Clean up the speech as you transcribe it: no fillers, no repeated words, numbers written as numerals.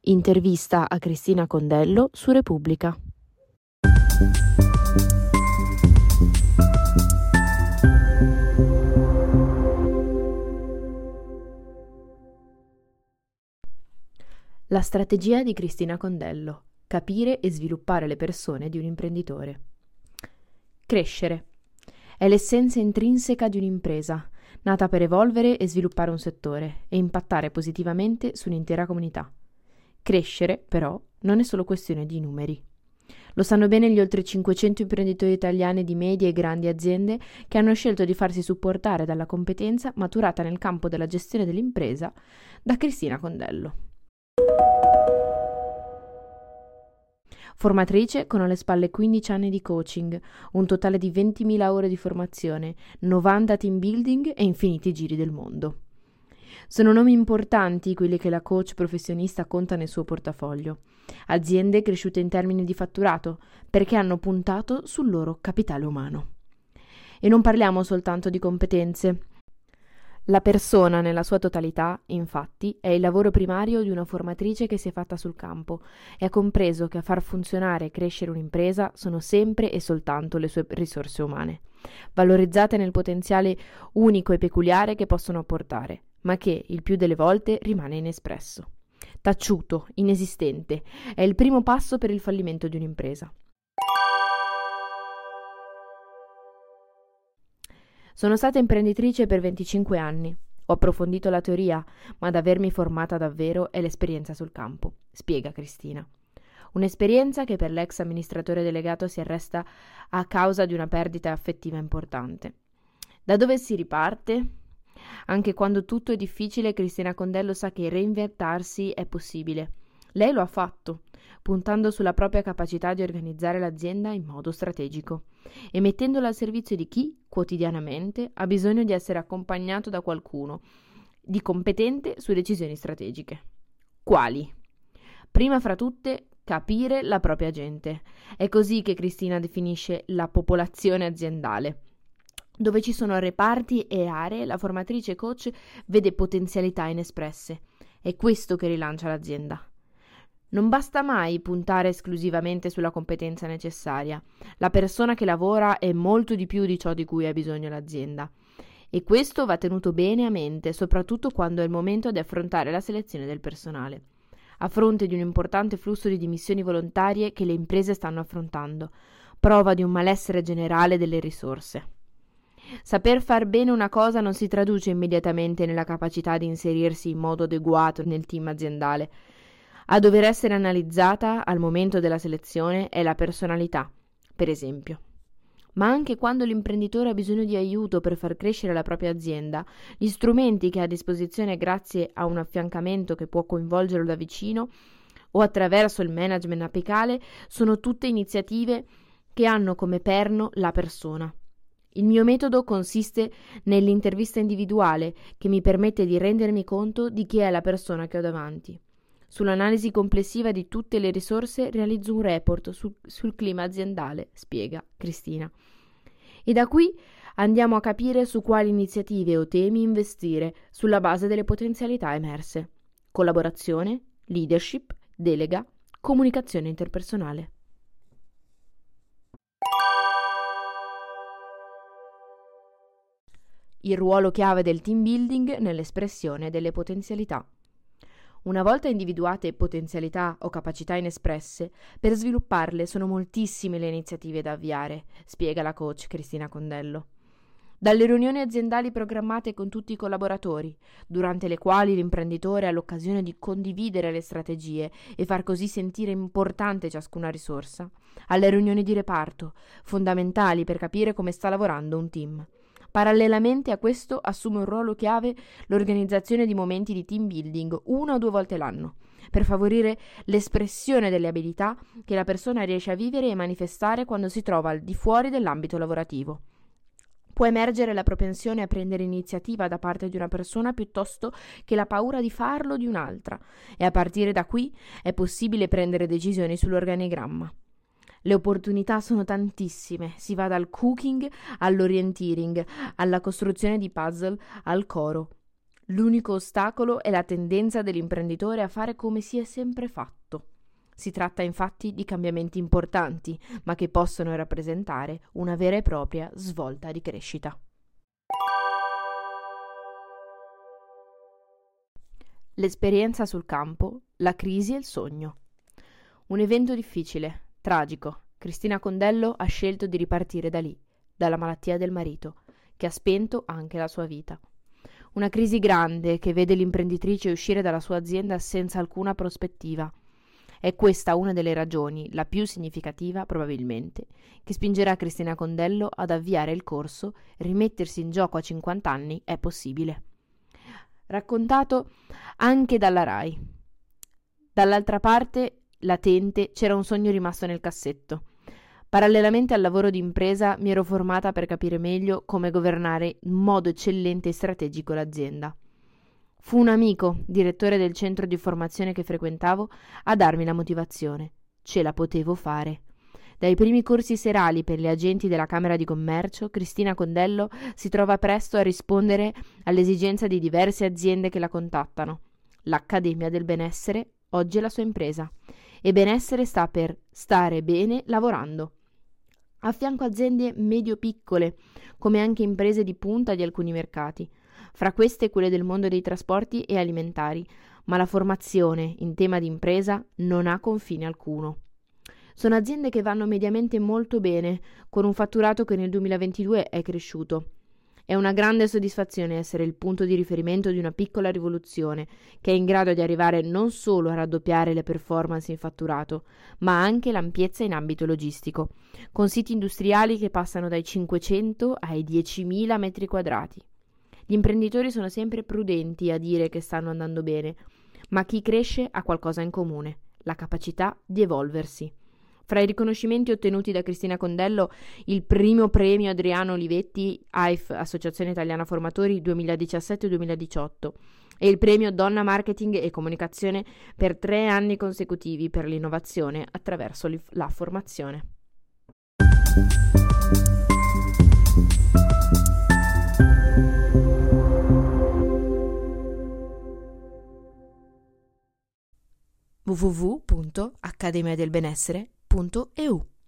Intervista a Cristina Condello su Repubblica. La strategia di Cristina Condello: capire e sviluppare le persone di un imprenditore. Crescere è l'essenza intrinseca di un'impresa, nata per evolvere e sviluppare un settore e impattare positivamente su un'intera comunità. Crescere, però, non è solo questione di numeri. Lo sanno bene gli oltre 500 imprenditori italiani di medie e grandi aziende che hanno scelto di farsi supportare dalla competenza maturata nel campo della gestione dell'impresa da Cristina Condello. Formatrice con alle spalle 15 anni di coaching, un totale di 20.000 ore di formazione, 90 team building e infiniti giri del mondo. Sono nomi importanti quelli che la coach professionista conta nel suo portafoglio. Aziende cresciute in termini di fatturato perché hanno puntato sul loro capitale umano. E non parliamo soltanto di competenze. La persona nella sua totalità, infatti, è il lavoro primario di una formatrice che si è fatta sul campo e ha compreso che a far funzionare e crescere un'impresa sono sempre e soltanto le sue risorse umane, valorizzate nel potenziale unico e peculiare che possono apportare, ma che, il più delle volte, rimane inespresso. Taciuto, inesistente, è il primo passo per il fallimento di un'impresa. Sono stata imprenditrice per 25 anni. Ho approfondito la teoria, ma ad avermi formata davvero è l'esperienza sul campo, spiega Cristina. Un'esperienza che per l'ex amministratore delegato si arresta a causa di una perdita affettiva importante. Da dove si riparte? Anche quando tutto è difficile, Cristina Condello sa che reinventarsi è possibile. Lei lo ha fatto, puntando sulla propria capacità di organizzare l'azienda in modo strategico e mettendola al servizio di chi, quotidianamente, ha bisogno di essere accompagnato da qualcuno di competente su decisioni strategiche. Quali? Prima fra tutte, capire la propria gente. È così che Cristina definisce la popolazione aziendale. Dove ci sono reparti e aree, la formatrice coach vede potenzialità inespresse. È questo che rilancia l'azienda. Non basta mai puntare esclusivamente sulla competenza necessaria. La persona che lavora è molto di più di ciò di cui ha bisogno l'azienda. E questo va tenuto bene a mente, soprattutto quando è il momento di affrontare la selezione del personale. A fronte di un importante flusso di dimissioni volontarie che le imprese stanno affrontando, prova di un malessere generale delle risorse. Saper far bene una cosa non si traduce immediatamente nella capacità di inserirsi in modo adeguato nel team aziendale. A dover essere analizzata al momento della selezione è la personalità, per esempio. Ma anche quando l'imprenditore ha bisogno di aiuto per far crescere la propria azienda, gli strumenti che ha a disposizione grazie a un affiancamento che può coinvolgerlo da vicino o attraverso il management apicale sono tutte iniziative che hanno come perno la persona. Il mio metodo consiste nell'intervista individuale che mi permette di rendermi conto di chi è la persona che ho davanti. Sull'analisi complessiva di tutte le risorse realizzo un report sul clima aziendale, spiega Cristina. E da qui andiamo a capire su quali iniziative o temi investire sulla base delle potenzialità emerse. Collaborazione, leadership, delega, comunicazione interpersonale. Il ruolo chiave del team building nell'espressione delle potenzialità. Una volta individuate potenzialità o capacità inespresse, per svilupparle sono moltissime le iniziative da avviare, spiega la coach Cristina Condello. Dalle riunioni aziendali programmate con tutti i collaboratori, durante le quali l'imprenditore ha l'occasione di condividere le strategie e far così sentire importante ciascuna risorsa, alle riunioni di reparto, fondamentali per capire come sta lavorando un team. Parallelamente a questo assume un ruolo chiave l'organizzazione di momenti di team building 1 o 2 volte l'anno, per favorire l'espressione delle abilità che la persona riesce a vivere e manifestare quando si trova al di fuori dell'ambito lavorativo. Può emergere la propensione a prendere iniziativa da parte di una persona piuttosto che la paura di farlo di un'altra, e a partire da qui è possibile prendere decisioni sull'organigramma. Le opportunità sono tantissime, si va dal cooking all'orienteering, alla costruzione di puzzle, al coro. L'unico ostacolo è la tendenza dell'imprenditore a fare come si è sempre fatto. Si tratta infatti di cambiamenti importanti, ma che possono rappresentare una vera e propria svolta di crescita. L'esperienza sul campo, la crisi e il sogno. Un evento difficile, tragico. Cristina Condello ha scelto di ripartire da lì, dalla malattia del marito, che ha spento anche la sua vita. Una crisi grande che vede l'imprenditrice uscire dalla sua azienda senza alcuna prospettiva. È questa una delle ragioni, la più significativa probabilmente, che spingerà Cristina Condello ad avviare il corso Rimettersi in gioco a 50 anni è possibile. Raccontato anche dalla RAI. Dall'altra parte, latente, c'era un sogno rimasto nel cassetto. Parallelamente al lavoro di impresa mi ero formata per capire meglio come governare in modo eccellente e strategico l'azienda. Fu un amico, direttore del centro di formazione che frequentavo, a darmi la motivazione. Ce la potevo fare. Dai primi corsi serali per gli agenti della Camera di Commercio, Cristina Condello si trova presto a rispondere all'esigenza di diverse aziende che la contattano. L'Accademia del Benessere oggi è la sua impresa e benessere sta per stare bene lavorando. A fianco aziende medio-piccole, come anche imprese di punta di alcuni mercati, fra queste quelle del mondo dei trasporti e alimentari, ma la formazione in tema di impresa non ha confine alcuno. Sono aziende che vanno mediamente molto bene, con un fatturato che nel 2022 è cresciuto. È una grande soddisfazione essere il punto di riferimento di una piccola rivoluzione che è in grado di arrivare non solo a raddoppiare le performance in fatturato, ma anche l'ampiezza in ambito logistico, con siti industriali che passano dai 500 ai 10.000 metri quadrati. Gli imprenditori sono sempre prudenti a dire che stanno andando bene, ma chi cresce ha qualcosa in comune, la capacità di evolversi. Fra i riconoscimenti ottenuti da Cristina Condello, il primo premio Adriano Olivetti, AIF, Associazione Italiana Formatori 2017-2018, e il premio Donna Marketing e Comunicazione per 3 anni consecutivi per l'innovazione attraverso la formazione. www.accademiadelbenessere.eu